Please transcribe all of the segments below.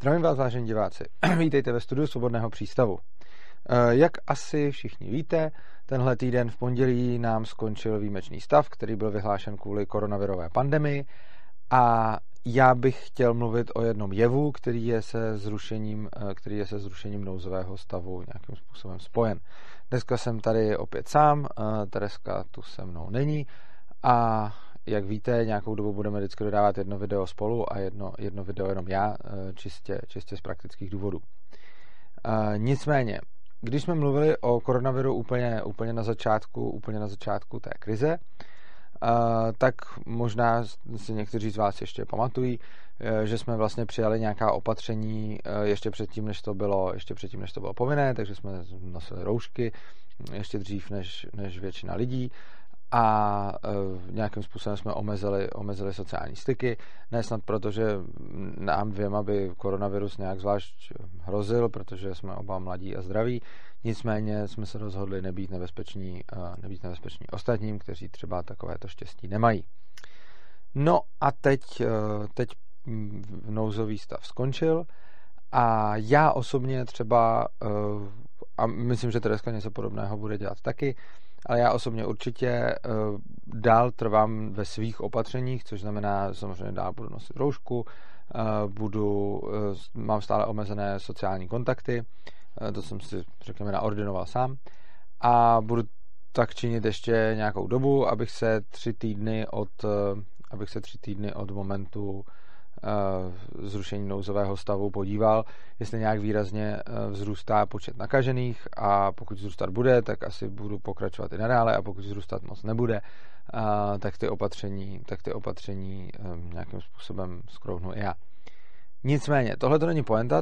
Zdravím vás, vážení diváci. Vítejte ve studiu Svobodného přístavu. Jak asi všichni víte, tenhle týden v pondělí nám skončil výjimečný stav, který byl vyhlášen kvůli koronavirové pandemii, a já bych chtěl mluvit o jednom jevu, který je se zrušením nouzového stavu nějakým způsobem spojen. Dneska jsem tady opět sám, Tereska tu se mnou není a jak víte, nějakou dobu budeme vždycky dodávat jedno video spolu a jedno video jenom já, čistě z praktických důvodů. Nicméně, když jsme mluvili o koronaviru úplně na začátku té krize, tak možná si někteří z vás ještě pamatují, že jsme vlastně přijali nějaká opatření ještě předtím, než to bylo povinné, takže jsme nosili roušky ještě dřív než většina lidí a nějakým způsobem jsme omezili sociální styky. Ne snad proto, že nám dvěma by koronavirus nějak zvlášť hrozil, protože jsme oba mladí a zdraví. Nicméně jsme se rozhodli nebýt nebezpeční ostatním, kteří třeba takovéto štěstí nemají. No a teď nouzový stav skončil a já osobně třeba, a myslím, že Tereska něco podobného bude dělat taky, ale já osobně určitě dál trvám ve svých opatřeních, což znamená, samozřejmě dál budu nosit roušku, mám stále omezené sociální kontakty, to jsem si, řekněme, naordinoval sám, a budu tak činit ještě nějakou dobu, abych se 3 týdny od momentu zrušení nouzového stavu podíval, jestli nějak výrazně vzrůstá počet nakažených, a pokud vzrůstat bude, tak asi budu pokračovat i nadále, a pokud vzrůstat moc nebude, tak ty opatření nějakým způsobem skrouhnu i já. Nicméně, tohle to není pointa,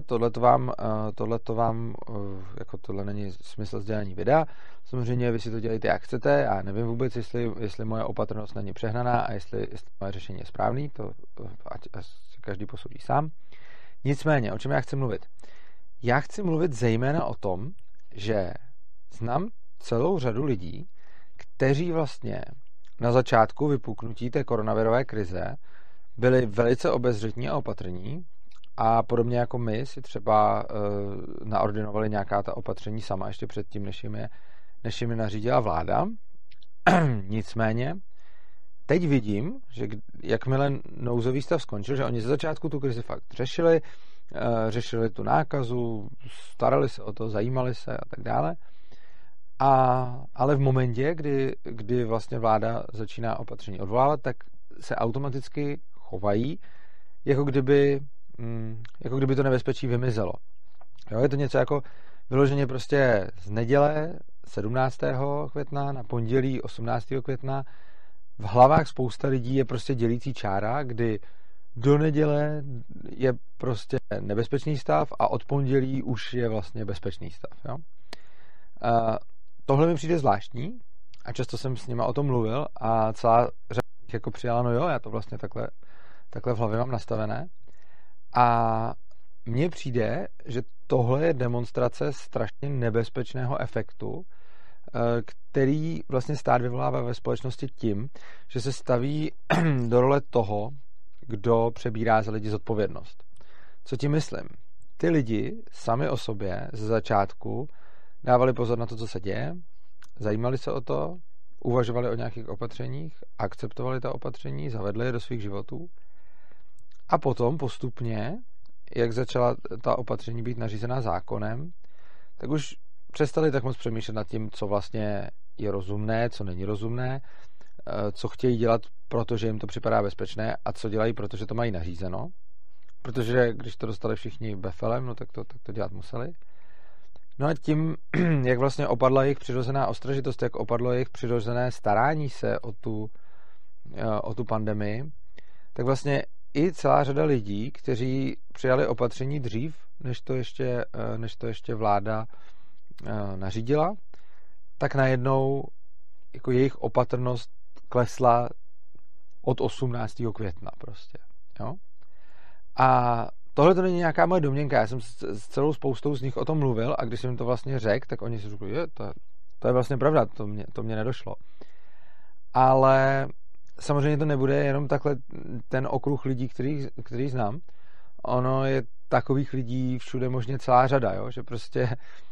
tohle není smysl sdělení videa. Samozřejmě vy si to dělejte jak chcete, já nevím vůbec, jestli moje opatrnost není přehnaná a jestli moje řešení je správný, to ať si každý posoudí sám. Nicméně, o čem já chci mluvit? Já chci mluvit zejména o tom, že znám celou řadu lidí, kteří vlastně na začátku vypuknutí té koronavirové krize byli velice obezřetní a opatrní, a podobně jako my si třeba naordinovali nějaká ta opatření sama ještě předtím, než jim je nařídila vláda. Nicméně teď vidím, že jakmile nouzový stav skončil, že oni ze začátku tu krizi fakt řešili tu nákazu, starali se o to, zajímali se a tak dále. Ale v momentě, kdy vlastně vláda začíná opatření odvolávat, tak se automaticky chovají, jako kdyby to nebezpečí vymizelo. Jo, je to něco jako vyloženě prostě z neděle 17. května na pondělí 18. května v hlavách spousta lidí je prostě dělící čára, kdy do neděle je prostě nebezpečný stav a od pondělí už je vlastně bezpečný stav. Jo? Tohle mi přijde zvláštní a často jsem s nima o tom mluvil a celá řada jako přijala, no jo, já to vlastně takhle v hlavě mám nastavené. A mně přijde, že tohle je demonstrace strašně nebezpečného efektu, který vlastně stát vyvolává ve společnosti tím, že se staví do role toho, kdo přebírá za lidi zodpovědnost. Co tím myslím? Ty lidi sami o sobě ze začátku dávali pozor na to, co se děje, zajímali se o to, uvažovali o nějakých opatřeních, akceptovali ta opatření, zavedli je do svých životů, a potom postupně, jak začala ta opatření být nařízená zákonem, tak už přestali tak moc přemýšlet nad tím, co vlastně je rozumné, co není rozumné, co chtějí dělat, protože jim to připadá bezpečné, a co dělají, protože to mají nařízeno. Protože když to dostali všichni befelem, no tak to dělat museli. No a tím, jak vlastně opadla jejich přirozená ostražitost, jak opadlo jejich přirozené starání se o tu pandemii, tak vlastně i celá řada lidí, kteří přijali opatření dřív, než to ještě vláda nařídila, tak najednou jako jejich opatrnost klesla od 18. května prostě. Jo? A tohle to není nějaká moje domněnka, já jsem s celou spoustou z nich o tom mluvil, a když jsem jim to vlastně řekl, tak oni si řekli, že to je vlastně pravda, to mě nedošlo. Ale samozřejmě to nebude jenom takhle ten okruh lidí, který znám. ono je takových lidí všude možně celá řada, jo? Že prostě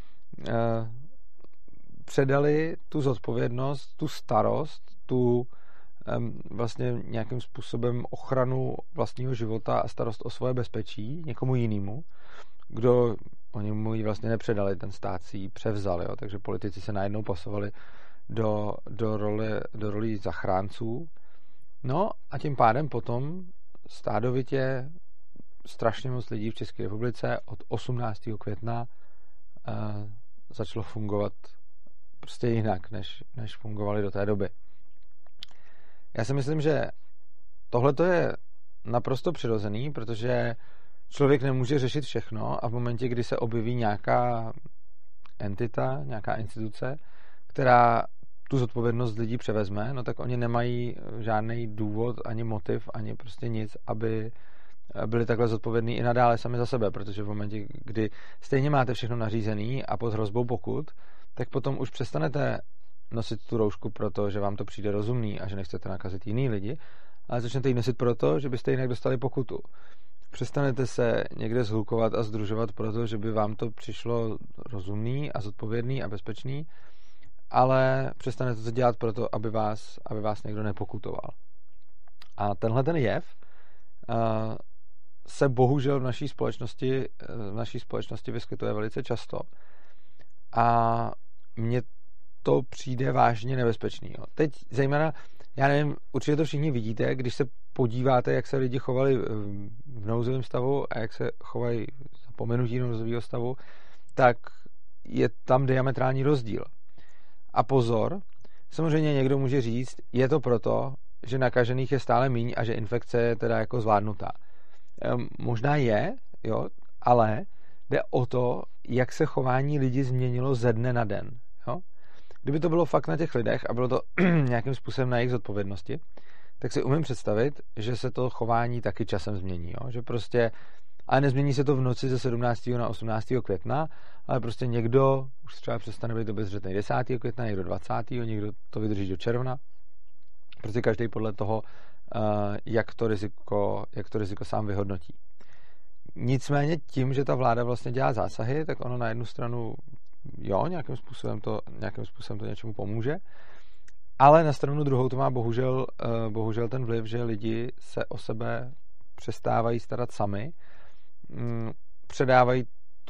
předali tu zodpovědnost, tu starost, tu vlastně nějakým způsobem ochranu vlastního života a starost o svoje bezpečí někomu jinému, kdo oni mu ji vlastně nepředali, ten stát si ji převzal, jo? Takže politici se najednou pasovali do roli zachránců. No a tím pádem potom stádovitě strašně moc lidí v České republice od 18. května začalo fungovat prostě jinak, než fungovali do té doby. Já si myslím, že tohle to je naprosto přirozený, protože člověk nemůže řešit všechno a v momentě, kdy se objeví nějaká entita, nějaká instituce, která tu zodpovědnost lidí převezme, no tak oni nemají žádný důvod, ani motiv, ani prostě nic, aby byli takhle zodpovědní i nadále sami za sebe, protože v momentě, kdy stejně máte všechno nařízený a pod hrozbou pokut, tak potom už přestanete nosit tu roušku proto, že vám to přijde rozumný a že nechcete nakazit jiný lidi, ale začnete ji nosit proto, že byste jinak dostali pokutu. Přestanete se někde shlukovat a sdružovat proto, že by vám to přišlo rozumný a zodpovědný a bezpečný, ale přestanete to dělat proto, aby vás někdo nepokutoval. A tenhle ten jev se bohužel v naší společnosti vyskytuje velice často. A mně to přijde vážně nebezpečný. Jo. Teď zejména, já nevím, určitě to všichni vidíte, když se podíváte, jak se lidi chovali v nouzovém stavu a jak se chovají za pominutí nouzového stavu, tak je tam diametrální rozdíl. A pozor, samozřejmě někdo může říct, je to proto, že nakažených je stále míň a že infekce je teda jako zvládnutá. Možná je, jo, ale jde o to, jak se chování lidí změnilo ze dne na den. Jo? Kdyby to bylo fakt na těch lidech a bylo to nějakým způsobem na jejich zodpovědnosti, tak si umím představit, že se to chování taky časem změní. Jo? Že prostě, ale nezmění se to v noci ze 17. na 18. května, ale prostě někdo už třeba přestane být obezřetný 10. května, někdo 20. někdo to vydrží do června. Prostě každý podle toho, jak to riziko sám vyhodnotí. Nicméně tím, že ta vláda vlastně dělá zásahy, tak ono na jednu stranu jo, nějakým způsobem to něčemu pomůže, ale na stranu druhou to má bohužel ten vliv, že lidi se o sebe přestávají starat sami, předávají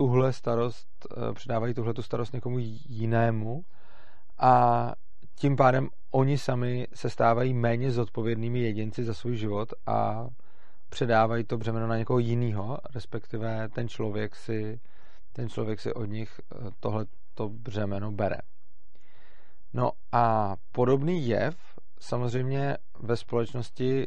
tuhletu starost někomu jinému a tím pádem oni sami se stávají méně zodpovědnými jedinci za svůj život a předávají to břemeno na někoho jiného, respektive ten člověk si od nich tohleto břemeno bere. No a podobný jev samozřejmě ve společnosti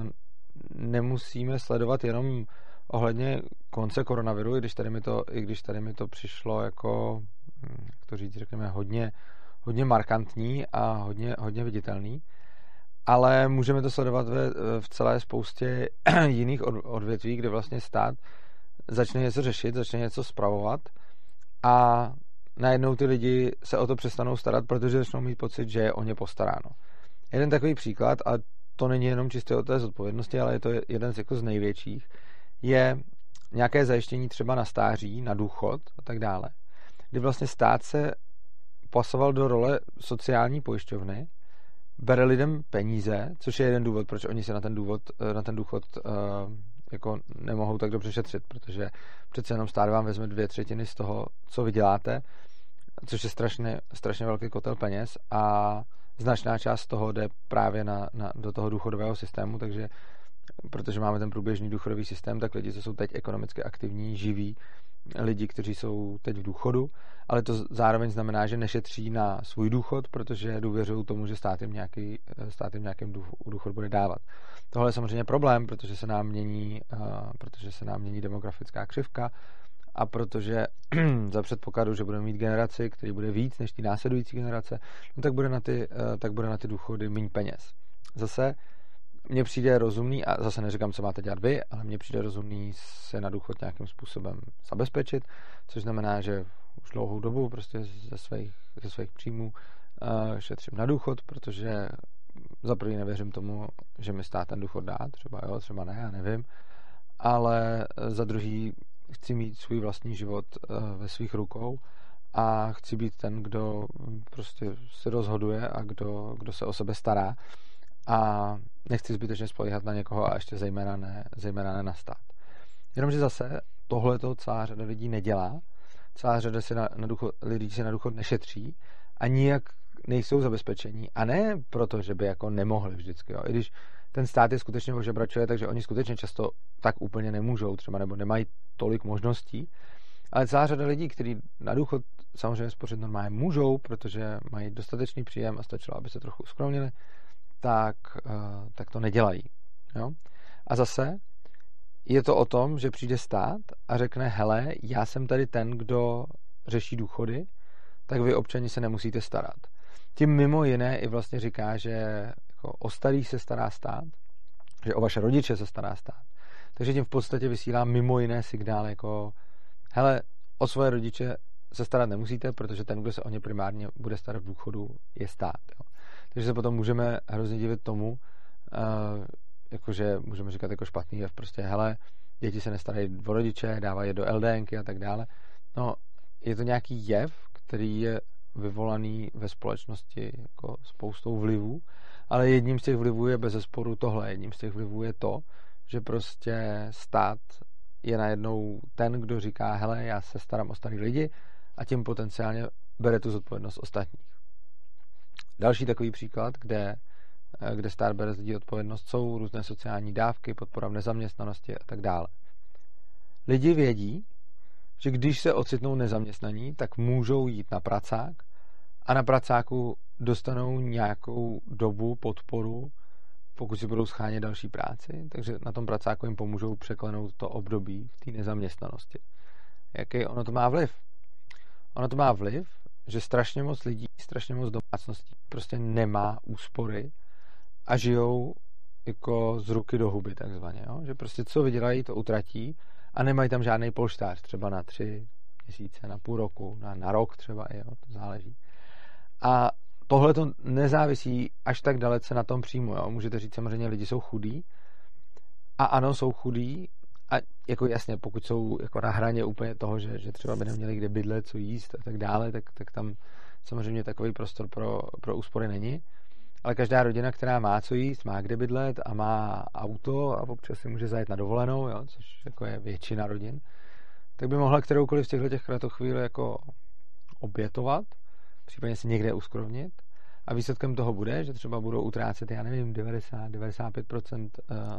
nemusíme sledovat jenom ohledně konce koronaviru, i když tady mi to přišlo jako, jak to říct, řekněme, hodně markantní a hodně viditelný, ale můžeme to sledovat v celé spoustě jiných odvětví, kde vlastně stát začne něco řešit, začne něco spravovat a najednou ty lidi se o to přestanou starat, protože začnou mít pocit, že je o ně postaráno. Jeden takový příklad, a to není jenom čistě o té zodpovědnosti, ale je to jeden z největších, je nějaké zajištění třeba na stáří, na důchod a tak dále, kdy vlastně stát se pasoval do role sociální pojišťovny, bere lidem peníze, což je jeden důvod, proč oni se na ten důchod jako nemohou tak dobře šetřit, protože přece jenom stát vám vezme 2/3 z toho, co vyděláte, což je strašně velký kotel peněz a značná část toho jde právě do toho důchodového systému, takže protože máme ten průběžný důchodový systém, tak lidi, co jsou teď ekonomicky aktivní, živí, lidi, kteří jsou teď v důchodu, ale to zároveň znamená, že nešetří na svůj důchod, protože důvěřují tomu, že stát jim nějakým důchod bude dávat. Tohle je samozřejmě problém, protože se nám mění demografická křivka a protože za předpokladu, že budeme mít generaci, který bude víc než ty následující generace, no tak bude na ty důchody méně peněz. Zase mně přijde rozumný, a zase neříkám, co máte dělat vy, ale mně přijde rozumný se na důchod nějakým způsobem zabezpečit, což znamená, že už dlouhou dobu prostě ze svých příjmů šetřím na důchod, protože za první nevěřím tomu, že mi stát ten důchod dá, třeba jo, třeba ne, já nevím. ale za druhý chci mít svůj vlastní život ve svých rukou a chci být ten, kdo prostě se rozhoduje a kdo se o sebe stará a nechci zbytečně spoléhat na někoho a ještě zejména ne na stát. Jenomže zase tohleto celá řada lidí nedělá, celá řada lidí si na důchod nešetří a nijak nejsou zabezpečení. A ne proto, že by jako nemohli vždycky. Jo. I když ten stát je skutečně ožebračuje, takže oni skutečně často tak úplně nemůžou třeba, nebo nemají tolik možností. Ale celá řada lidí, kteří na důchod samozřejmě spořit normálně můžou, protože mají dostatečný příjem a stačilo, aby se trochu uskromnili, tak to nedělají. Jo. A zase je to o tom, že přijde stát a řekne, hele, já jsem tady ten, kdo řeší důchody, tak vy občani se nemusíte starat. Tím mimo jiné i vlastně říká, že jako o starý se stará stát, že o vaše rodiče se stará stát. Takže tím v podstatě vysílá mimo jiné signál jako, hele, o svoje rodiče se starat nemusíte, protože ten, kdo se o ně primárně bude starat v důchodu, je stát. Jo. Takže se potom můžeme hrozně divit tomu, jakože můžeme říkat jako špatný jev, prostě hele, děti se nestarají o rodiče, dávají je do LDNky a tak dále. No, je to nějaký jev, který je vyvolaný ve společnosti jako spoustou vlivů, ale jedním z těch vlivů je bezesporu tohle. Jedním z těch vlivů je to, že prostě stát je najednou ten, kdo říká, hele, já se starám o starý lidi a tím potenciálně bere tu zodpovědnost ostatních. Další takový příklad, kde stát bere z lidí odpovědnost, jsou různé sociální dávky, podpora v nezaměstnanosti a tak dále. Lidi vědí, že když se ocitnou nezaměstnaní, tak můžou jít na pracák a na pracáku dostanou nějakou dobu podporu, pokud si budou schánět další práci, takže na tom pracáku jim pomůžou překlenout to období v té nezaměstnanosti. Jaký ono to má vliv? Ono to má vliv, že strašně moc lidí, strašně moc domácností prostě nemá úspory a žijou jako z ruky do huby takzvaně, jo? Že prostě co vydělají, to utratí a nemají tam žádný polštář, třeba na 3 měsíce, na půl roku, na rok třeba, jo? To záleží. A tohle to nezávisí až tak dalece na tom příjmu, jo? Můžete říct samozřejmě, lidi jsou chudí a ano, jsou chudí a jako jasně, pokud jsou jako na hraně úplně toho, že třeba by neměli kde bydlet, co jíst a tak dále, tak tam samozřejmě takový prostor pro úspory není. Ale každá rodina, která má co jíst, má kde bydlet a má auto a občas si může zajet na dovolenou, jo, což jako je většina rodin, tak by mohla kteroukoliv z těchto kratochvíli jako obětovat, případně si někde uskromnit a výsledkem toho bude, že třeba budou utrácet, já nevím, 95%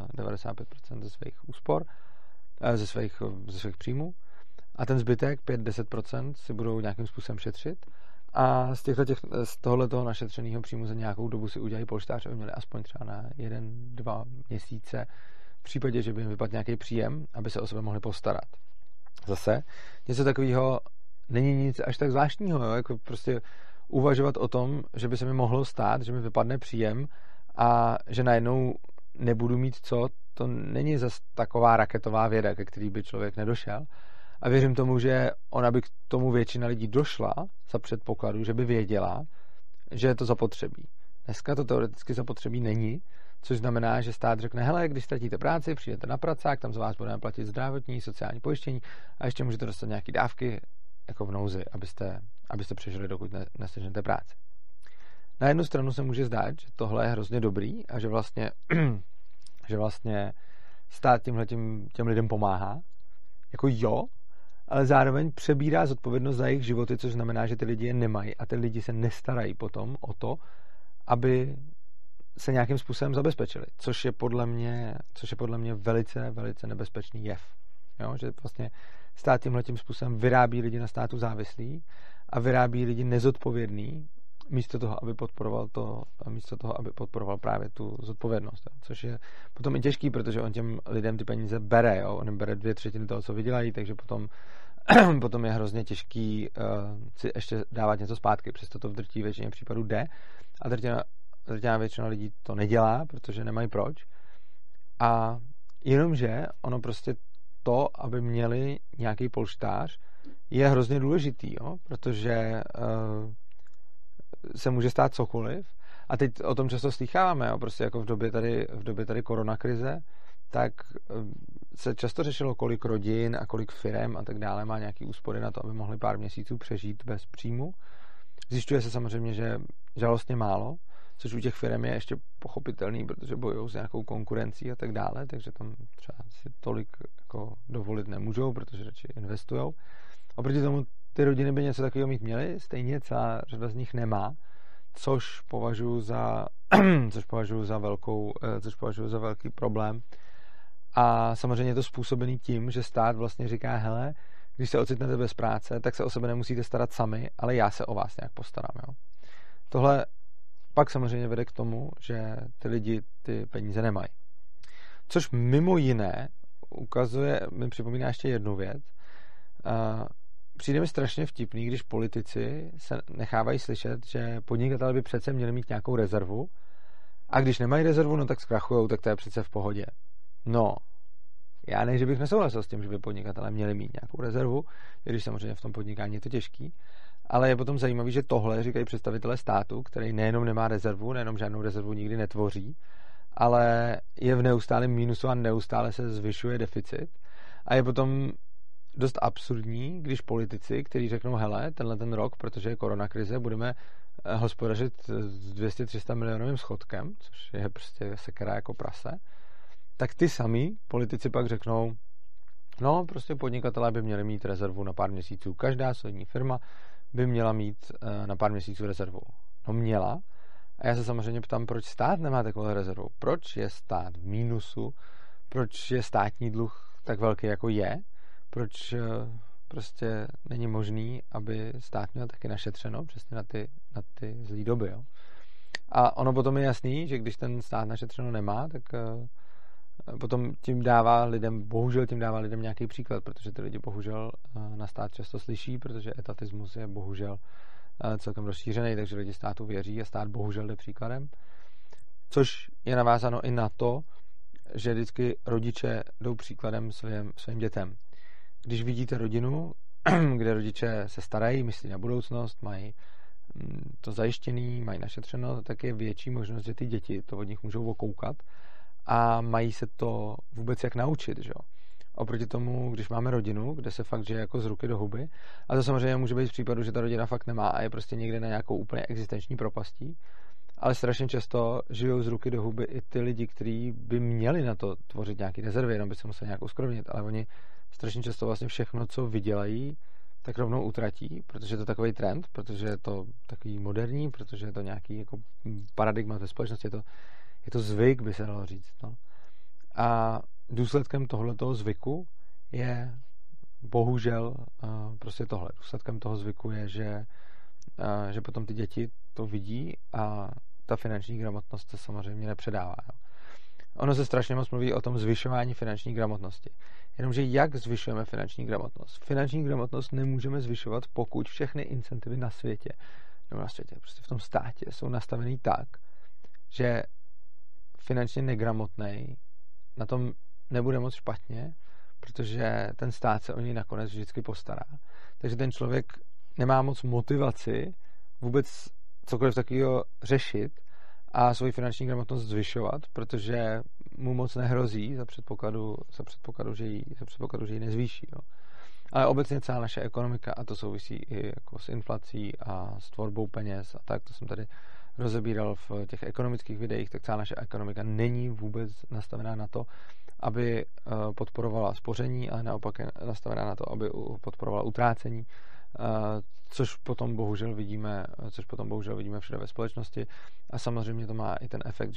ze svých úspor, ze svých příjmů a ten zbytek 5-10% si budou nějakým způsobem šetřit a z tohoto našetřeného příjmu za nějakou dobu si udělají polštář, aby měli aspoň třeba na 1-2 měsíce v případě, že by jim vypadl nějaký příjem, aby se o sebe mohli postarat. Zase něco takového není nic až tak zvláštního, jo? Jako prostě uvažovat o tom, že by se mi mohlo stát, že mi vypadne příjem a že najednou nebudu mít co, to není zase taková raketová věda, ke který by člověk nedošel. A věřím tomu, že ona by k tomu většina lidí došla za předpokladu, že by věděla, že je to zapotřebí. Dneska to teoreticky zapotřebí není, což znamená, že stát řekne, hele, když ztratíte práci, přijdete na pracák, tam za vás budeme platit zdravotní, sociální pojištění a ještě můžete dostat nějaké dávky jako v nouzi, abyste přežili, dokud nesežnete práci. Na jednu stranu se může zdát, že tohle je hrozně dobrý a že vlastně stát těm lidem pomáhá. Jako jo, ale zároveň přebírá zodpovědnost za jejich životy, což znamená, že ty lidi je nemají a ty lidi se nestarají potom o to, aby se nějakým způsobem zabezpečili, což je podle mě velice, velice nebezpečný jev. Jo? Že vlastně stát tímhletím způsobem vyrábí lidi na státu závislí a vyrábí lidi nezodpovědný místo toho, aby podporoval právě tu zodpovědnost. Jo? Což je potom i těžký, protože on těm lidem ty peníze bere. Jo? On jim bere 2/3 toho, co vydělají, takže potom je hrozně těžký si ještě dávat něco zpátky. Přesto to v drtí většině případů jde a drtivá většina lidí to nedělá, protože nemají proč. A jenomže ono prostě to, aby měli nějaký polštář, je hrozně důležitý, jo? Protože se může stát cokoliv. A teď o tom často slýcháváme, jo? Prostě jako v době tady koronakrize, tak se často řešilo, kolik rodin a kolik firem a tak dále má nějaký úspory na to, aby mohli pár měsíců přežít bez příjmu. Zjišťuje se samozřejmě, že žalostně málo, což u těch firm je ještě pochopitelný, protože bojují s nějakou konkurencí a tak dále, takže tam třeba si tolik jako dovolit nemůžou, protože radši investujou. Oproti tomu ty rodiny by něco takového mít měly, stejně celá řada z nich nemá, což považuji za velký problém. A samozřejmě je to způsobený tím, že stát vlastně říká, hele, když se ocitnete bez práce, tak se o sebe nemusíte starat sami, ale já se o vás nějak postarám. Jo? Tohle pak samozřejmě vede k tomu, že ty lidi ty peníze nemají. Což mimo jiné mi připomíná ještě jednu věc. Přijde mi strašně vtipný, když politici se nechávají slyšet, že podnikatelé by přece měli mít nějakou rezervu a když nemají rezervu, no tak zkrachujou, tak to je přece v pohodě. No, já ne, že bych nesouhlasil s tím, že by podnikatelé měli mít nějakou rezervu, i když samozřejmě v tom podnikání je to těžký, ale je potom zajímavý, že tohle říkají představitelé státu, který nejenom nemá rezervu, nejenom žádnou rezervu nikdy netvoří, ale je v neustálém mínusu a neustále se zvyšuje deficit. A je potom dost absurdní, když politici, kteří řeknou, hele, tenhle ten rok, protože je koronakrize, budeme hospodařit s 200-300 milionovým schodkem, což je prostě sekera jako prase, tak ty samý politici pak řeknou, no, prostě podnikatelé by měli mít rezervu na pár měsíců. Každá solidní firma by měla mít na pár měsíců rezervu. No měla. A já se samozřejmě ptám, proč stát nemá takovou rezervu? Proč je stát v mínusu? Proč je státní dluh tak velký, jako je? Proč prostě není možný, aby stát měl taky našetřeno přesně na ty zlý doby, jo? A ono potom je jasný, že když ten stát našetřeno nemá, tak potom bohužel tím dává lidem nějaký příklad, protože ty lidi bohužel na stát často slyší, protože etatismus je bohužel celkem rozšířený, takže lidi státu věří a stát bohužel jde příkladem. Což je navázáno i na to, že vždycky rodiče jdou příkladem svým dětem. Když vidíte rodinu, kde rodiče se starají, myslí na budoucnost, mají to zajištěný, mají našetřeno, tak je větší možnost, že ty děti to od nich můžou okoukat a mají se to vůbec jak naučit, že jo. Oproti tomu, když máme rodinu, kde se fakt žije jako z ruky do huby, a to samozřejmě může být v případu, že ta rodina fakt nemá a je prostě někde na nějakou úplně existenční propastí, ale strašně často žijou z ruky do huby i ty lidi, kteří by měli na to tvořit nějaké rezervy, jenom by se museli nějak uskrovnit, ale oni strašně často vlastně všechno, co vydělají, tak rovnou utratí, protože je to takový trend, protože je to takový moderní, protože je to nějaký jako paradigma ve společnosti, je to zvyk, by se dalo říct. No. A důsledkem tohletoho zvyku je bohužel prostě tohle. Důsledkem toho zvyku je, že potom ty děti to vidí a ta finanční gramotnost se samozřejmě nepředává. Jo. Ono se strašně moc mluví o tom zvyšování finanční gramotnosti. Jenomže jak zvyšujeme finanční gramotnost? Finanční gramotnost nemůžeme zvyšovat, pokud všechny incentivy na světě, prostě v tom státě jsou nastavený tak, že finančně negramotnej na tom nebude moc špatně, protože ten stát se o něj nakonec vždycky postará. Takže ten člověk nemá moc motivaci vůbec cokoliv takového řešit a svoji finanční gramotnost zvyšovat, protože mu moc nehrozí za předpokladu, že ji nezvýší. Jo. Ale obecně celá naše ekonomika, a to souvisí i jako s inflací a s tvorbou peněz a tak, to jsem tady rozebíral v těch ekonomických videích, tak celá naše ekonomika není vůbec nastavená na to, aby podporovala spoření, ale naopak je nastavená na to, aby podporovala utrácení, což potom bohužel vidíme všude ve společnosti. A samozřejmě to má i ten efekt,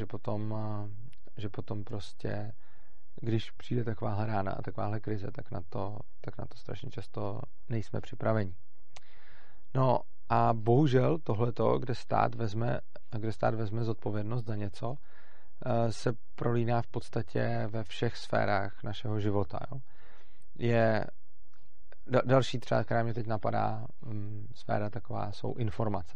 že potom prostě, když přijde takováhle rána a takováhle krize, tak na to strašně často nejsme připraveni. No a bohužel tohleto, kde stát vezme zodpovědnost za něco, se prolíná v podstatě ve všech sférách našeho života. Jo. Je další třeba, která mě teď napadá, sféra taková, jsou informace.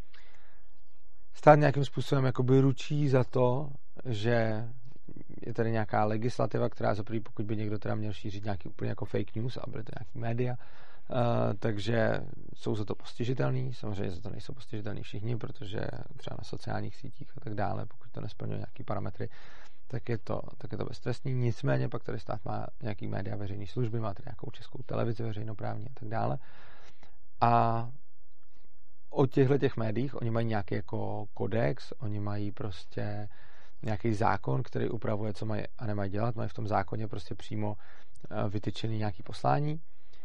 Stát nějakým způsobem jakoby ručí za to, že je tady nějaká legislativa, která zaprvé, pokud by někdo teda měl šířit nějaký úplně jako fake news a byly to nějaký média, takže jsou za to postižitelný. Samozřejmě za to nejsou postižitelní všichni, protože třeba na sociálních sítích a tak dále, pokud to nesplňuje nějaký parametry, tak je to beztrestný. Nicméně pak tady stát má nějaký média veřejné služby, má tady nějakou Českou televizi veřejnoprávní a tak dále. A o těch médiích oni mají nějaký jako kodex, oni mají prostě nějaký zákon, který upravuje, co mají a nemají dělat. Mají v tom zákoně prostě přímo vytyčený nějaký poslání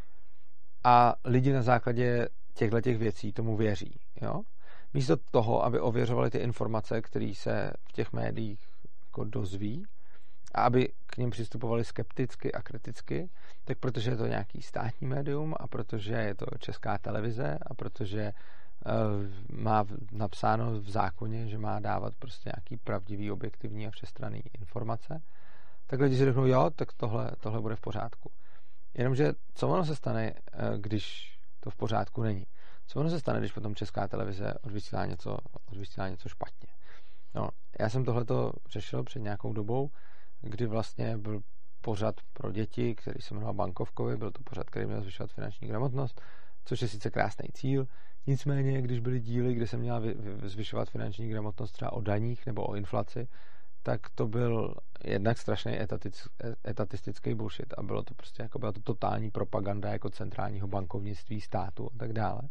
a lidi na základě těchto věcí tomu věří. Jo? Místo toho, aby ověřovali ty informace, které se v těch médiích jako dozví a aby k nim přistupovali skepticky a kriticky, tak protože je to nějaký státní médium a protože je to Česká televize a protože má napsáno v zákoně, že má dávat prostě nějaký pravdivý, objektivní a všestranný informace, tak lidi si řeknou, jo, tak tohle bude v pořádku. Jenomže co ono se stane, když to v pořádku není? Co ono se stane, když potom Česká televize odvysílá něco špatně? No, já jsem tohleto řešil před nějakou dobou, kdy vlastně byl pořad pro děti, který se jmenoval Bankovkovi, byl to pořad, který měl zvyšovat finanční gramotnost, což je sice krásný cíl, nicméně, když byly díly, kde se měla zvyšovat finanční gramotnost třeba o daních nebo o inflaci, tak to byl jednak strašný etatistický bullshit a byla to totální propaganda jako centrálního bankovnictví státu a tak dále.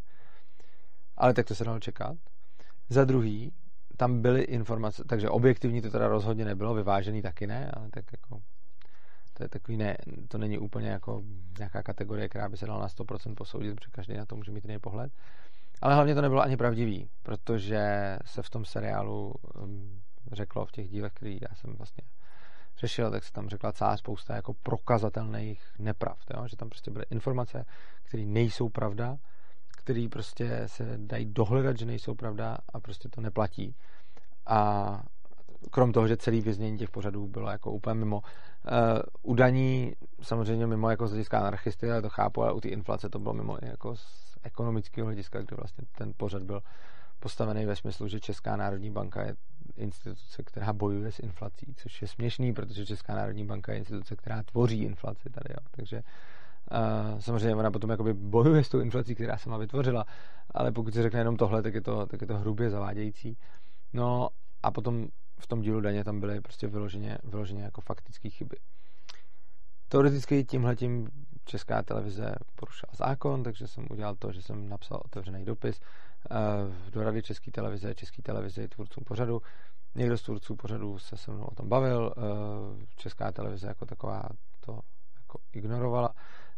Ale tak to se dalo čekat. Za druhý, tam byly informace, takže objektivní to teda rozhodně nebylo, vyvážený taky ne, ale tak jako to je takový ne, to není úplně jako nějaká kategorie, která by se dala na 100% posoudit, protože každý na to může mít jiný pohled. Ale hlavně to nebylo ani pravdivý, protože se v tom seriálu řeklo v těch dílech, který já jsem vlastně řešil, tak se tam řekla celá spousta jako prokazatelných nepravd, jo? Že tam prostě byly informace, které nejsou pravda, které prostě se dají dohledat, že nejsou pravda a prostě to neplatí. A krom toho, že celý věznění těch pořadů bylo jako úplně mimo. U daní samozřejmě mimo jako z hlediska anarchisty, já to chápu, ale u té inflace to bylo mimo jako z ekonomického hlediska, kde vlastně ten pořad byl postavený ve smyslu, že Česká národní banka je instituce, která bojuje s inflací, což je směšný, protože Česká národní banka je instituce, která tvoří inflaci tady, jo. Takže samozřejmě ona potom jakoby bojuje s tou inflací, která sama vytvořila, ale pokud se řekne jenom tohle, tak je to hrubě zavádějící. No a potom v tom dílu daně tam byly prostě vyloženě jako faktické chyby. Teoreticky tímhletím Česká televize porušila zákon, takže jsem udělal to, že jsem napsal otevřený dopis do Rady České televize i tvůrcům pořadu. Někdo z tvůrců pořadu se mnou o tom bavil, Česká televize jako taková to jako ignorovala.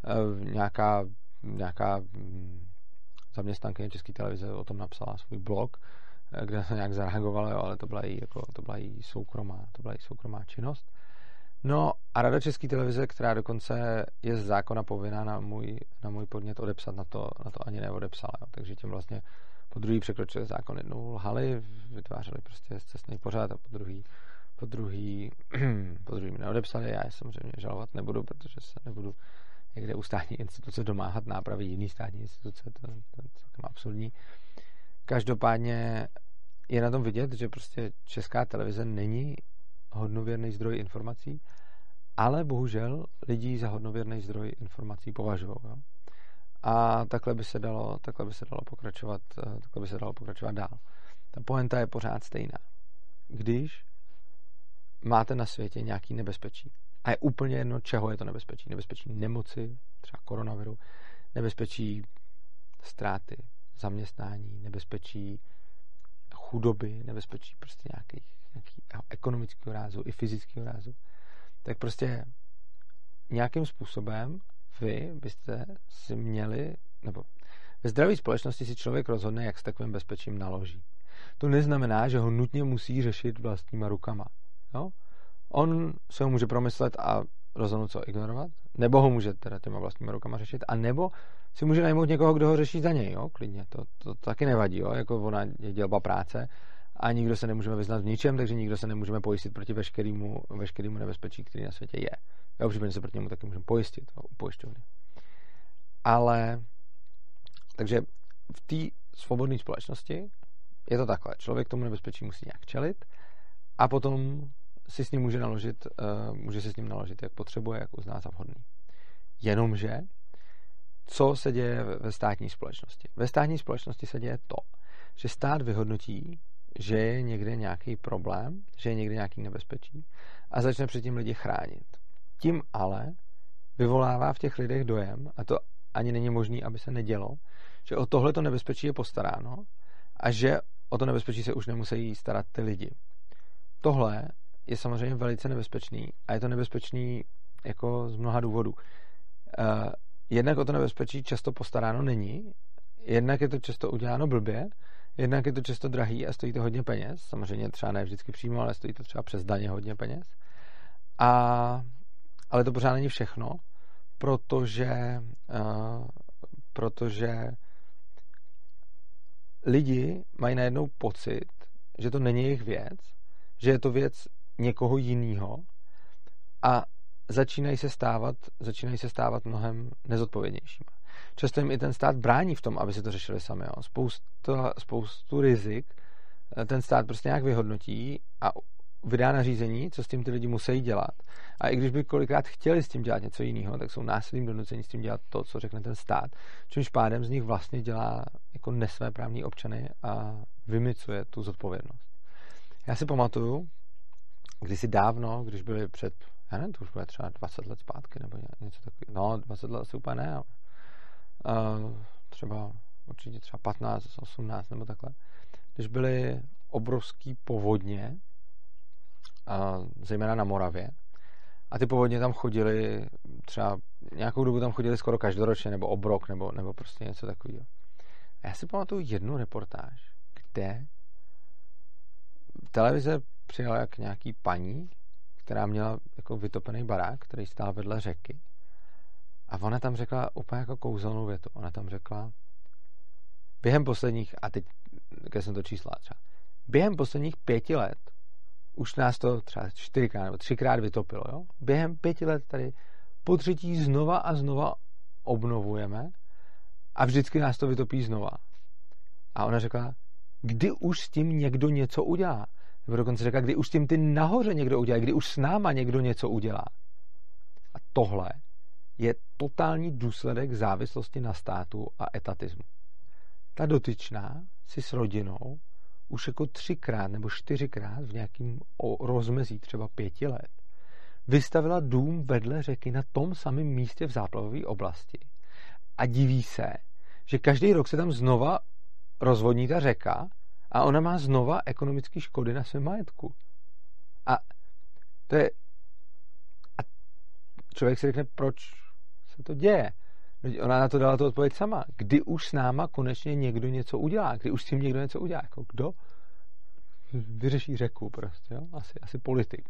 Nějaká zaměstnankyně České televize o tom napsala svůj blog, kde se nějak zareagovala, ale to byla její soukromá činnost. No a Rada České televize, která dokonce je z zákona povinná na můj podnět odepsat, na to ani neodepsala. Jo. Takže tím vlastně po druhý překročili zákon, jednou lhali, vytvářeli prostě scestný pořad a po druhý mi neodepsali. Já je samozřejmě žalovat nebudu, protože se nebudu někde u státní instituce domáhat nápravy jiný státní instituce, to je celkem absurdní. Každopádně je na tom vidět, že prostě Česká televize není hodnověrný zdroj informací, ale bohužel lidí za hodnověrný zdroj informací považují. Jo? A takhle by se dalo pokračovat dál. Ta pointa je pořád stejná. Když máte na světě nějaký nebezpečí, a je úplně jedno, čeho je to nebezpečí. Nebezpečí nemoci, třeba koronaviru, nebezpečí ztráty zaměstnání, nebezpečí chudoby, nebezpečí prostě nějaký ekonomického rázu i fyzického rázu, tak prostě nějakým způsobem vy byste si měli, nebo ve zdravé společnosti si člověk rozhodne, jak s takovým bezpečím naloží. To neznamená, že ho nutně musí řešit vlastníma rukama. Jo? On se ho může promyslet a rozhodnout, co ignorovat, nebo ho může teda těma vlastníma rukama řešit, a nebo si může najmout někoho, kdo ho řeší za něj, jo? Klidně. To taky nevadí, jo? Jako ona je dělba práce a nikdo se nemůžeme vyznat v ničem, takže nikdo se nemůžeme pojistit proti veškerému nebezpečí, který na světě je. Já případně se proti němu taky můžeme pojistit, jo? U pojišťovny. Ale takže v té svobodné společnosti je to takhle. Člověk tomu nebezpečí musí nějak čelit a potom si s ním může si s ním naložit, jak potřebuje, jak uzná za vhodný. Jenomže, co se děje ve státní společnosti? Ve státní společnosti se děje to, že stát vyhodnotí, že je někde nějaký problém, že je někde nějaký nebezpečí a začne předtím lidi chránit. Tím ale vyvolává v těch lidech dojem, a to ani není možné, aby se nedělo, že o tohleto nebezpečí je postaráno a že o to nebezpečí se už nemusí starat ty lidi. Tohle je samozřejmě velice nebezpečný a je to nebezpečný jako z mnoha důvodů. Jednak o to nebezpečí často postaráno není, jednak je to často uděláno blbě, jednak je to často drahý a stojí to hodně peněz, samozřejmě třeba ne vždycky přímo, ale stojí to třeba přes daně hodně peněz. Ale to pořád není všechno, protože lidi mají najednou pocit, že to není jejich věc, že je to věc někoho jiného a začínají se stávat mnohem nezodpovědnějšíma. Často jim i ten stát brání v tom, aby si to řešili sami. Jo. Spoustu rizik ten stát prostě nějak vyhodnotí a vydá nařízení, co s tím ty lidi musí dělat. A i když by kolikrát chtěli s tím dělat něco jiného, tak jsou násilím donuceni s tím dělat to, co řekne ten stát, čímž pádem z nich vlastně dělá jako nesvéprávní občany a vymycuje tu zodpovědnost. Já si pamatuju, kdysi dávno, když byli před, já nevím, to už bude třeba 20 let zpátky, nebo něco takového, no 20 let asi úplně ne, ale třeba určitě třeba 15, 18 nebo takhle, když byly obrovský povodně, zejména na Moravě, a ty povodně tam chodily, třeba nějakou dobu tam chodili skoro každoročně, nebo obrok, nebo prostě něco takového. A já si pamatuju jednu reportáž, kde televize přijela k nějaký paní, která měla jako vytopený barák, který stál vedle řeky. A ona tam řekla úplně jako kouzelnou větu. Ona tam řekla, během posledních, a teď, když jsem to čísla třeba, během posledních 5 let už nás to třeba 4krát nebo 3krát vytopilo. Jo? Během 5 let tady po třetí znova a znova obnovujeme a vždycky nás to vytopí znova. A ona řekla, kdy už s tím někdo něco udělá. Nebo dokonce řekla, kdy už s tím ty nahoře někdo udělá, kdy už s náma někdo něco udělá. A tohle je totální důsledek závislosti na státu a etatismu. Ta dotyčná si s rodinou už jako 3krát nebo 4krát v nějakém rozmezí třeba 5 let vystavila dům vedle řeky na tom samém místě v záplavové oblasti. A diví se, že každý rok se tam znova rozvodní ta řeka a ona má znova ekonomické škody na svém majetku. A to je... A člověk si řekne, proč se to děje? Ona na to dala tu odpověď sama. Kdy už s náma konečně někdo něco udělá? Kdy už s tím někdo něco udělá? Jako kdo vyřeší řeku prostě, jo? Asi politik.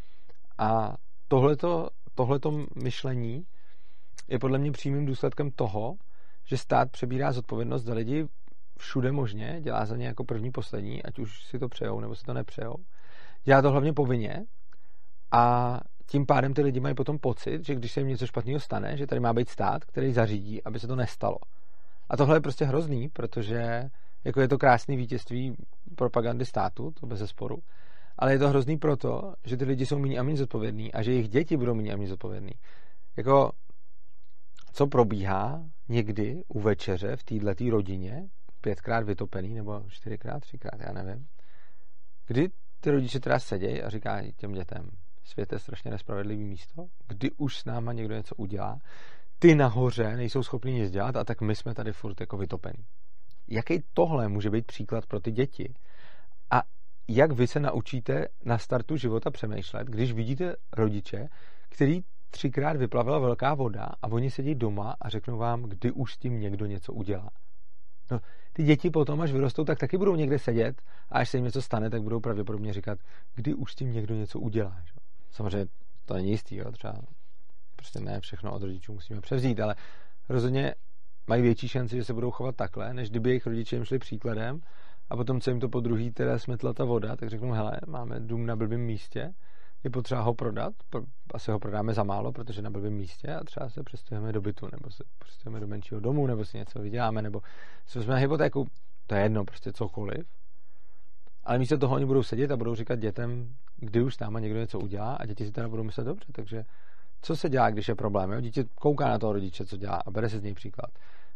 A tohleto myšlení je podle mě přímým důsledkem toho, že stát přebírá zodpovědnost za lidi všude možně, dělá za ně jako první, poslední, ať už si to přejou, nebo si to nepřejou. Dělá to hlavně povinně a tím pádem ty lidi mají potom pocit, že když se jim něco špatného stane, že tady má být stát, který zařídí, aby se to nestalo. A tohle je prostě hrozný, protože jako je to krásný vítězství propagandy státu, to bez zesporu, ale je to hrozný proto, že ty lidi jsou méně a méně zodpovědní a že jejich děti budou méně a méně zodpovědní. Jako, co probíhá někdy u večeře v této rodině, 5krát vytopený, nebo 4krát, 3krát, já nevím, kdy ty rodiče teda sedějí a říkají těm dětem, svět je strašně nespravedlivý místo, kdy už s náma někdo něco udělá, ty nahoře nejsou schopni nic dělat a tak my jsme tady furt jako vytopení. Jaký tohle může být příklad pro ty děti? A jak vy se naučíte na startu života přemýšlet, když vidíte rodiče, který 3krát vyplavila velká voda a oni sedí doma a řeknou vám, kdy už s tím někdo něco udělá. No, ty děti potom, až vyrostou, tak taky budou někde sedět a až se jim něco stane, tak budou pravděpodobně říkat, kdy už s tím někdo něco udělá. Že? Samozřejmě to není jistý, jo? Třeba prostě ne všechno od rodičů musíme převzít, ale rozhodně mají větší šanci, že se budou chovat takhle, než kdyby jejich rodiče jim šli příkladem a potom, co jim to po druhý teda smetla ta voda, tak řeknou, hele, máme dům na blbým místě, je potřeba ho prodat, asi ho prodáme za málo, protože na blbým místě a třeba se přestěhujeme do bytu, nebo se přestěhujeme do menšího domu, nebo si něco vyděláme, nebo se vezmeme hypotéku, to je jedno, prostě cokoliv. Ale místo toho oni budou sedět a budou říkat dětem, kdy už s náma někdo něco udělá a děti si teda budou myslet dobře, takže co se dělá, když je problém, jo? Dítě kouká na toho rodiče, co dělá a bere si z něj příklad.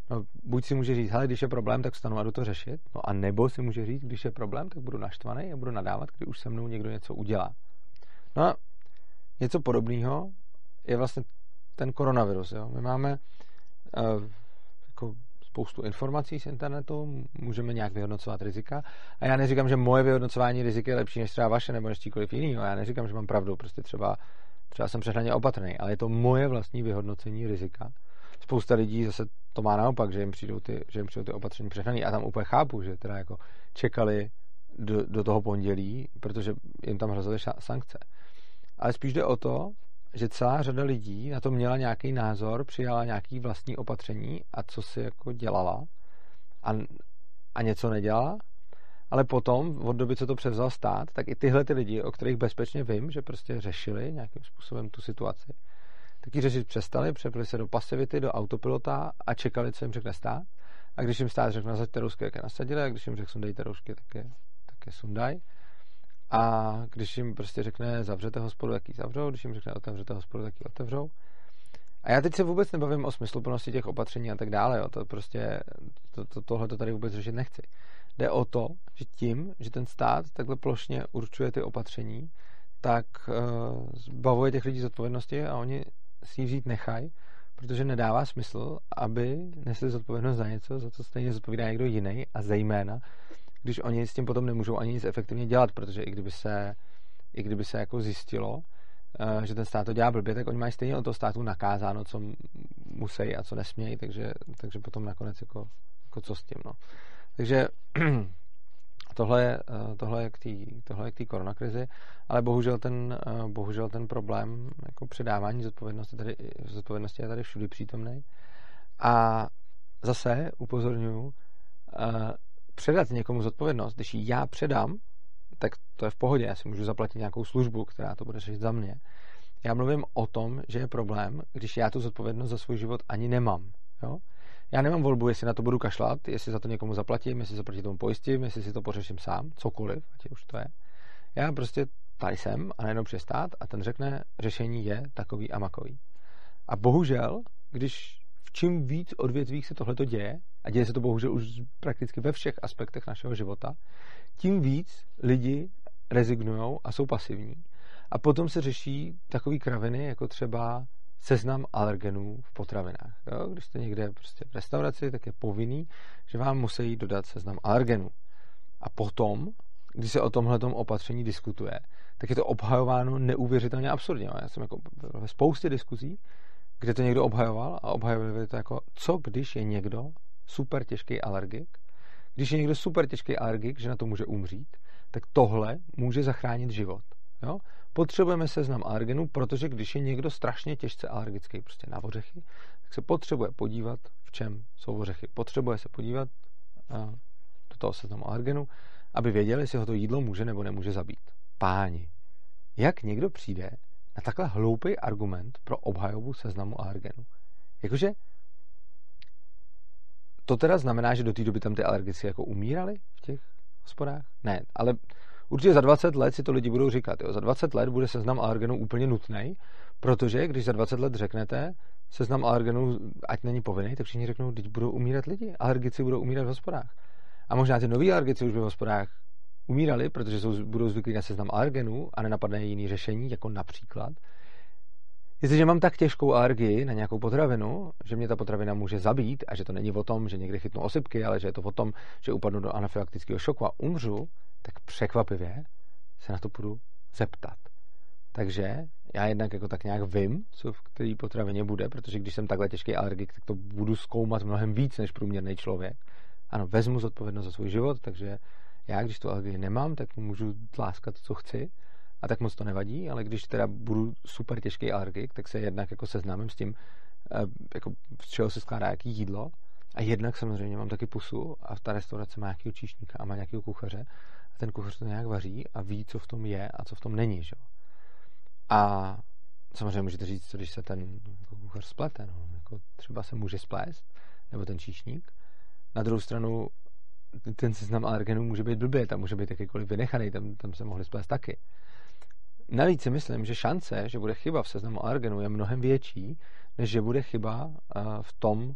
No, buď si může říct, hele, když je problém, tak vstanu a jdu to řešit, no a nebo si může říct, když je problém, tak budu naštvaný a budu nadávat, když už se mnou někdo něco udělá. No a něco podobného je vlastně ten koronavirus. Jo? My máme jako spoustu informací z internetu, můžeme nějak vyhodnocovat rizika a já neříkám, že moje vyhodnocování rizik je lepší než třeba vaše nebo než cokoliv jiného. Já neříkám, že mám pravdu, prostě třeba jsem přehnaně opatrný, ale je to moje vlastní vyhodnocení rizika. Spousta lidí zase to má naopak, že jim přijdou ty opatření přehnaný a tam úplně chápu, že teda jako čekali do toho pondělí, protože jim tam hrozily sankce. Ale spíš jde o to, že celá řada lidí na to měla nějaký názor, přijala nějaký vlastní opatření a co si jako dělala a něco nedělala, ale potom, od doby, co to převzal stát, tak i tyhle ty lidi, o kterých bezpečně vím, že prostě řešili nějakým způsobem tu situaci, tak ji řešit přestali, přepli se do pasivity, do autopilota a čekali, co jim řekne stát. A když jim stát řekne nasaďte roušky, jak je nasadili, a když jim řekne sundejte roušky, tak je sundaj. A když jim prostě řekne zavřete hospodu, tak ji zavřou, když jim řekne otevřete hospodu, tak ji otevřou. A já teď se vůbec nebavím o smysluplnosti těch opatření a tak dále, jo. To prostě, tohle to tady vůbec řešit nechci. Jde o to, že tím, že ten stát takhle plošně určuje ty opatření, tak zbavuje těch lidí z odpovědnosti a oni si ji vzít nechají, protože nedává smysl, aby nesli zodpovědnost za něco, za co stejně zodpovídá někdo jiný a zejména, když oni s tím potom nemůžou ani nic efektivně dělat, protože i kdyby se jako zjistilo, že ten stát to dělá blbě, tak oni mají stejně od toho státu nakázáno, co musí a co nesmějí, takže potom nakonec jako co s tím, no. Takže tohle je k té koronakrizi, ale bohužel ten problém jako předávání zodpovědnosti je tady všudy přítomný. A zase upozorňuji, předat někomu zodpovědnost, když ji já předám, tak to je v pohodě, já si můžu zaplatit nějakou službu, která to bude řešit za mě. Já mluvím o tom, že je problém, když já tu zodpovědnost za svůj život ani nemám. Jo? Já nemám volbu, jestli na to budu kašlat, jestli za to někomu zaplatím, jestli se proti tomu pojistím, jestli si to pořeším sám, cokoliv, ať už to je. Já prostě tady jsem a najednou přistát a ten řekne, řešení je takový a makový. A bohužel, když v čím víc odvětvích se tohleto děje, a děje se to bohužel už prakticky ve všech aspektech našeho života, tím víc lidi rezignujou a jsou pasivní. A potom se řeší takový kraviny, jako třeba seznam alergenů v potravinách. Jo? Když jste někde prostě v restauraci, tak je povinný, že vám musí dodat seznam alergenů. A potom, když se o tomhletom opatření diskutuje, tak je to obhajováno neuvěřitelně absurdně. Já jsem jako ve spoustě diskuzí, kde to někdo obhajoval a obhajovali to jako, co když je někdo super těžký alergik. Když je někdo super těžký alergik, že na to může umřít, tak tohle může zachránit život. Jo? Potřebujeme seznam alergenů, protože když je někdo strašně těžce alergický prostě na ořechy, tak se potřebuje podívat, v čem jsou ořechy. Potřebuje se podívat do toho seznamu alergenů, aby věděl, jestli ho to jídlo může nebo nemůže zabít. Páni, jak někdo přijde na takhle hloupý argument pro obhajobu seznamu alergenů? Jakože to teda znamená, že do té doby tam ty alergici jako umírali v těch hospodách? Ne, ale určitě za 20 let si to lidi budou říkat. Jo. Za 20 let bude seznam alergenů úplně nutný, protože když za 20 let řeknete seznam alergenů, ať není povinný, tak všichni řeknou, teď budou umírat lidi. Alergici budou umírat v hospodách. A možná ty noví alergici už by v hospodách umírali, protože budou zvyklí na seznam alergenů a nenapadne jiný řešení, jako například jestliže mám tak těžkou alergii na nějakou potravinu, že mě ta potravina může zabít a že to není o tom, že někde chytnu osypky, ale že je to o tom, že upadnu do anafylaktického šoku a umřu, tak překvapivě se na to půjdu zeptat. Takže já jednak jako tak nějak vím, co v který potravině bude, protože když jsem takhle těžký alergik, tak to budu zkoumat mnohem víc než průměrný člověk. Ano, vezmu zodpovědnost za svůj život, takže já, když tu alergii nemám, tak můžu tláskat, co chci, a tak moc to nevadí, ale když teda budu super těžký alergik, tak se jednak jako seznámím s tím, jako z čeho se skládá jaký jídlo, a jednak samozřejmě mám taky pusu a ta restaurace má nějakého číšníka a má nějakého kuchaře a ten kuchař to nějak vaří a ví, co v tom je a co v tom není, že? A samozřejmě můžete říct, co když se ten jako kuchař splete, no, jako třeba se může splést, nebo ten číšník. Na druhou stranu ten seznam alergenů může být blbě, tam může být jakýkoliv vynechaný, tam se mohli splést taky. Navíc si myslím, že šance, že bude chyba v seznamu alergenů, je mnohem větší, než že bude chyba v tom,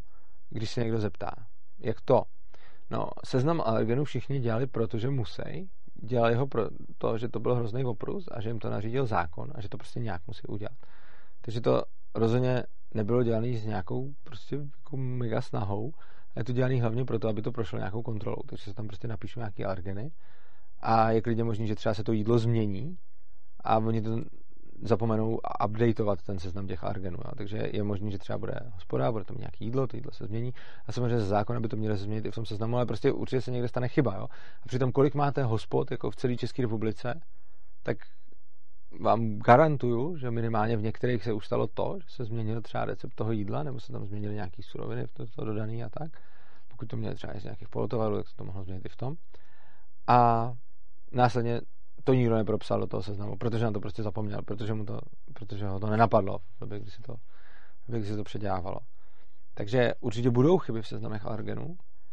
když se někdo zeptá, jak to? No, seznam alergenů všichni dělali, protože musí. Dělali ho proto, že to byl hrozný oprus a že jim to nařídil zákon a že to prostě nějak musí udělat. Takže to rozhodně nebylo dělané s nějakou prostě jako mega snahou. A je to dělané hlavně proto, aby to prošlo nějakou kontrolou. Takže se tam prostě napíšou nějaké alergeny a je klidně možný, že třeba se to jídlo změní a oni to zapomenou updateovat ten seznam těch alergenů. Jo. Takže je možný, že třeba bude hospoda, bude tam nějaké jídlo, to jídlo se změní a samozřejmě ze zákona by to mělo se změnit i v tom seznamu, ale prostě určitě se někde stane chyba. Jo. A přitom kolik máte hospod jako v celé České republice, tak vám garantuju, že minimálně v některých se už stalo to, že se změnil třeba recept toho jídla, nebo se tam změnily nějaké suroviny v to dodaný a tak. Pokud to měli třeba i z nějakých polotovarů, tak se to mohlo změnit i v tom. A následně to nikdo nepropsal do toho seznamu, protože na to prostě zapomněl, protože ho to nenapadlo, když se to předělávalo. Takže určitě budou chyby v seznamech alergenů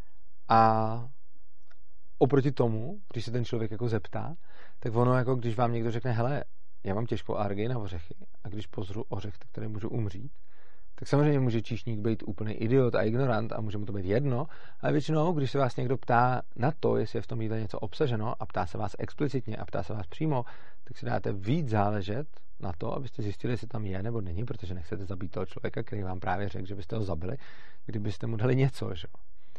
a oproti tomu, když se ten člověk jako zeptá, tak ono jako když vám někdo řekne, hele, já mám těžkou alergii na ořechy a když pozru ořech, tak tady můžu umřít, tak samozřejmě může číšník být úplný idiot a ignorant a může mu to být jedno, ale většinou, když se vás někdo ptá na to, jestli je v tom jídle něco obsaženo a ptá se vás explicitně a ptá se vás přímo, tak si dáte víc záležet na to, abyste zjistili, jestli tam je nebo není, protože nechcete zabít toho člověka, který vám právě řekl, že byste ho zabili, kdybyste mu dali něco, že?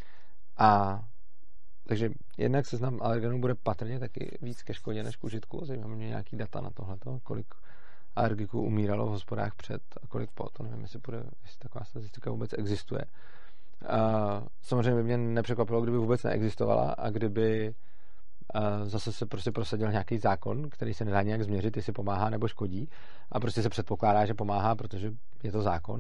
A takže jednak seznam alergenů bude patrně taky víc ke škodě než k užitku. Zajímavé mě nějaký data na tohleto, kolik alergiků umíralo v hospodách před a kolik po. To nevím, jestli taková statistika vůbec existuje. Samozřejmě by mě nepřekvapilo, kdyby vůbec neexistovala a kdyby zase se prostě prosadil nějaký zákon, který se nedá nějak změřit, jestli pomáhá nebo škodí a prostě se předpokládá, že pomáhá, protože je to zákon.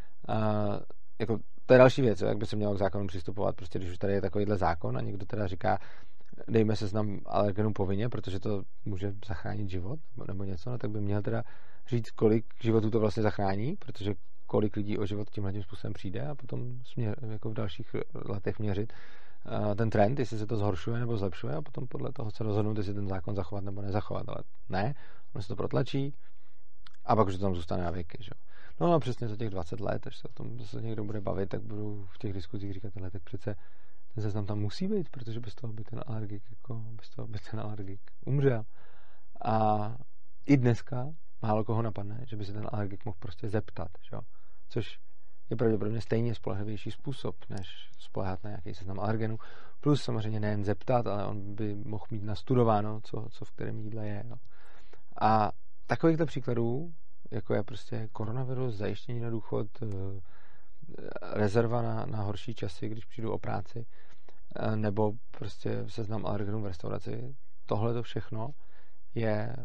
Jako to je další věc, jak by se mělo k zákonu přistupovat, prostě když už tady je takovýhle zákon a někdo teda říká, dejme seznam alergenů povinně, protože to může zachránit život nebo něco, no tak by měl teda říct, kolik životů to vlastně zachrání, protože kolik lidí o život tímhle způsobem přijde a potom jako v dalších letech měřit ten trend, jestli se to zhoršuje nebo zlepšuje a potom podle toho se rozhodnout, jestli ten zákon zachovat nebo nezachovat, ale ne, on se to protlačí a pak už to tam zůstane na věky, že? No a přesně za těch 20 let, až se o tom zase někdo bude bavit, tak budu v těch diskuzích říkat, tak přece ten seznam tam musí být, protože bez toho by ten alergik umřel. A i dneska málo koho napadne, že by se ten alergik mohl prostě zeptat, že? Což je pravděpodobně stejně spolehlivější způsob, než spoléhat na nějaký seznam alergenů. Plus samozřejmě nejen zeptat, ale on by mohl mít nastudováno, co v kterém jídle je. Jo. A takovýchto příkladů, jako je prostě koronavirus, zajištění na důchod, rezerva na horší časy, když přijdu o práci, nebo prostě seznam alergenů v restauraci, tohle to všechno je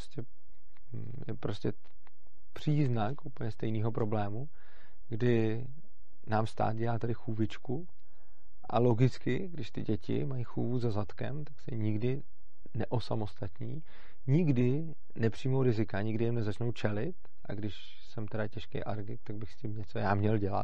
prostě příznak úplně stejného problému, kdy nám stát dělá tady chůvičku a logicky, když ty děti mají chůvu za zadkem, tak se nikdy neosamostatní, nikdy nepřijmou rizika, nikdy jim nezačnou čelit a když jsem teda těžký alergik, tak bych s tím něco já měl dělat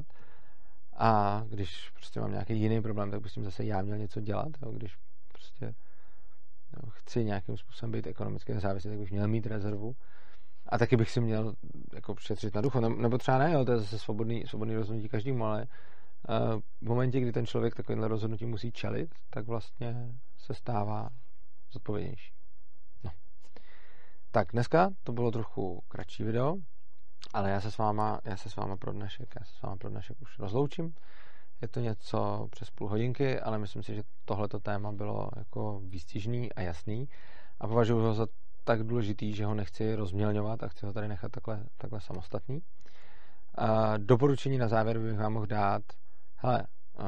a když prostě mám nějaký jiný problém, tak bych s tím zase já měl něco dělat, jo? Když prostě chci nějakým způsobem být ekonomicky nezávislý, tak bych měl mít rezervu a taky bych si měl jako šetřit na důchod, nebo třeba ne, jo? To je zase svobodný rozhodnutí každému, ale v momentě, kdy ten člověk takovýmhle rozhodnutí musí čelit, tak vlastně se stává zodpovědnější. No. Tak dneska to bylo trochu kratší video, ale já se s váma pro dnešek už rozloučím. Je to něco přes půl hodinky, ale myslím si, že tohleto téma bylo jako výstižný a jasný a považuji ho za tak důležitý, že ho nechci rozmělňovat a chci ho tady nechat takhle samostatný. Doporučení na závěr bych vám mohl dát, hele,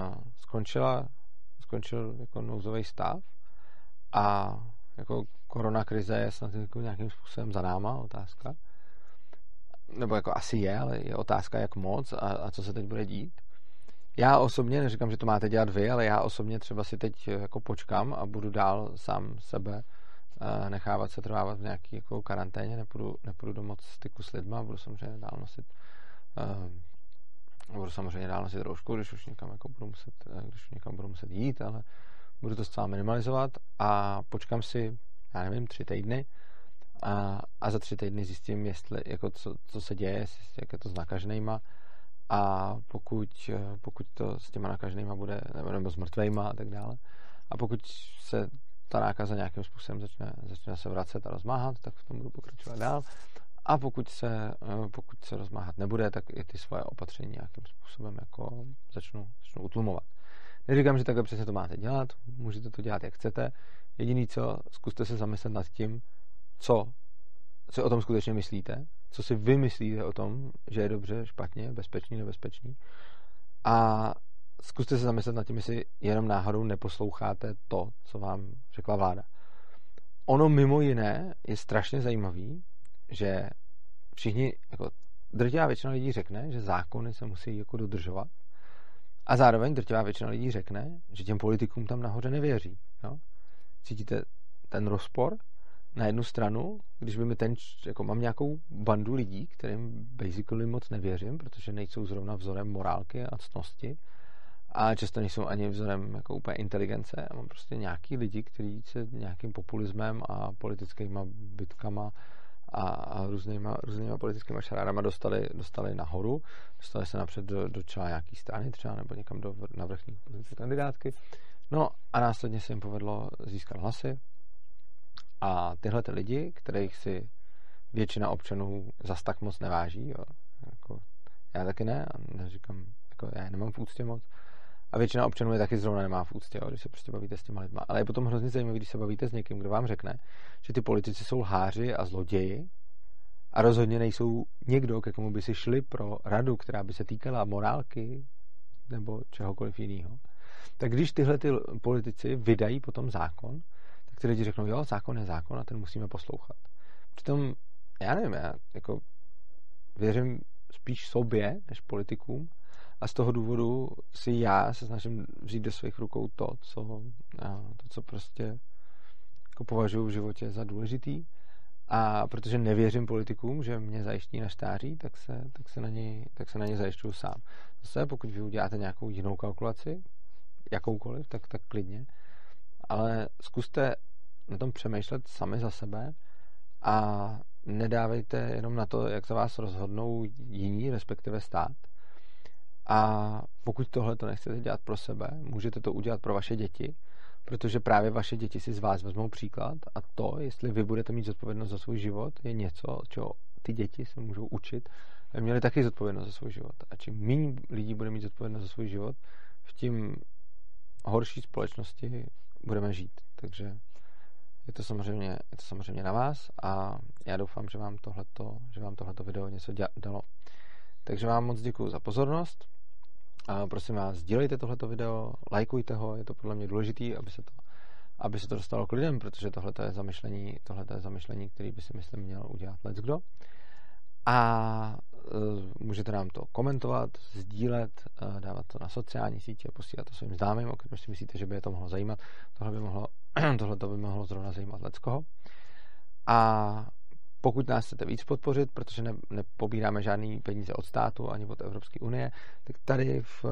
skončil jako nouzový stav a jako koronakrize je snad jako nějakým způsobem za náma, otázka. Nebo jako asi je, ale je otázka, jak moc a co se teď bude dít. Já osobně, neříkám, že to máte dělat vy, ale já osobně třeba si teď jako počkám a budu dál sám sebe nechávat se trvávat v nějaký jako karanténě, nepůjdu do moc styku s lidma, budu samozřejmě dál nosit roušku, když už někam budu muset jít, ale budu to zcela minimalizovat a počkám si, já nevím, 3 týdny a za 3 týdny zjistím, jestli, jako co se děje, jak je to s nakaženýma a pokud to s těma nakaženýma bude, nebo s mrtvejma a tak dále, a pokud se ta nákaza nějakým způsobem začne se vracet a rozmáhat, tak v tom budu pokračovat dál. A pokud se rozmáhat nebude, tak i ty svoje opatření nějakým způsobem jako začnu utlumovat. Neříkám, že takhle přesně to máte dělat, můžete to dělat, jak chcete. Jediný co, zkuste se zamyslet nad tím, co si o tom skutečně myslíte, co si vy myslíte o tom, že je dobře, špatně, bezpečný, nebezpečný. A zkuste se zamyslet nad tím, jestli jenom náhodou neposloucháte to, co vám řekla vláda. Ono mimo jiné je strašně zajímavý, že všichni, jako drtivá většina lidí řekne, že zákony se musí jako dodržovat, a zároveň drtivá většina lidí řekne, že těm politikům tam nahoře nevěří. Jo? Cítíte ten rozpor? Na jednu stranu, když by mi jako mám nějakou bandu lidí, kterým basically moc nevěřím, protože nejsou zrovna vzorem morálky a ctnosti a často nejsou ani vzorem jako úplně inteligence, a mám prostě nějaký lidi, kteří se nějakým populismem a politickýma bitkama a různýma politickýma šarádama dostali nahoru, dostali se napřed do čela nějaký strany třeba, nebo někam na vrchní politické kandidátky. No a následně se jim povedlo získat hlasy. A tyhle ty lidi, kterých si většina občanů zas tak moc neváží, jo, jako já taky ne, a neříkám, jako já je nemám v úctě moc, a většina občanů je taky zrovna nemá v úctě, jo, když se prostě bavíte s těma lidma. Ale je potom hrozně zajímavé, když se bavíte s někým, kdo vám řekne, že ty politici jsou lháři a zloději a rozhodně nejsou někdo, ke komu by si šli pro radu, která by se týkala morálky nebo čehokoliv jiného. Tak když tyhle ty politici vydají potom zákon, tak ty lidi řeknou, jo, zákon je zákon a ten musíme poslouchat. Přitom, já nevím, já jako věřím spíš sobě, než politikům, a z toho důvodu si já se snažím vzít do svých rukou to, co prostě jako považuji v životě za důležitý, a protože nevěřím politikům, že mě zajiští na stáří, tak se na ně zajišťuju sám. Zase, pokud vy uděláte nějakou jinou kalkulaci, jakoukoliv, tak klidně, ale zkuste na tom přemýšlet sami za sebe a nedávejte jenom na to, jak za vás rozhodnou jiní, respektive stát. A pokud tohle to nechcete dělat pro sebe, můžete to udělat pro vaše děti, protože právě vaše děti si z vás vezmou příklad, a to, jestli vy budete mít zodpovědnost za svůj život, je něco, čeho ty děti se můžou učit, aby měli taky zodpovědnost za svůj život. A čím méně lidí bude mít zodpovědnost za svůj život, v tím horší společnosti budeme žít. Takže je to samozřejmě na vás a já doufám, že vám tohleto video něco dalo. Takže vám moc děkuju za pozornost. A prosím vás, sdílejte tohleto video, lajkujte ho, je to podle mě důležitý, aby se to dostalo k lidem, protože tohleto je zamyšlení, který by si myslím měl udělat leckdo. A můžete nám to komentovat, sdílet, dávat to na sociální sítě, posílat to svým známým, o kterém si myslíte, že by je to mohlo zajímat. Tohle by mohlo zrovna zajímat leckoho. A pokud nás chcete víc podpořit, protože nepobíráme žádný peníze od státu ani od Evropské unie, tak tady v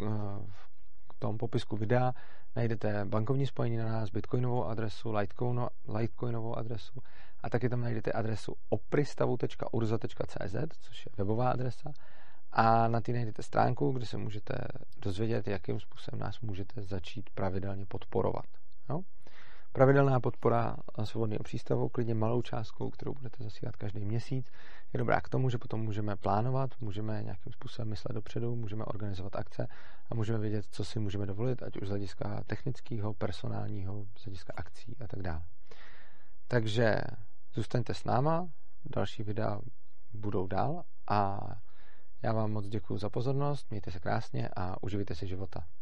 tom popisku videa najdete bankovní spojení na nás, bitcoinovou adresu, litecoinovou adresu, a taky tam najdete adresu opristavu.urza.cz, což je webová adresa, a na té najdete stránku, kde se můžete dozvědět, jakým způsobem nás můžete začít pravidelně podporovat. Jo? Pravidelná podpora Svobodného přístavu, klidně malou částkou, kterou budete zasílat každý měsíc, je dobrá k tomu, že potom můžeme plánovat, můžeme nějakým způsobem myslet dopředu, můžeme organizovat akce a můžeme vědět, co si můžeme dovolit, ať už z hlediska technického, personálního, z hlediska akcí a tak dále. Takže zůstaňte s náma, další videa budou dál a já vám moc děkuju za pozornost, mějte se krásně a uživejte si života.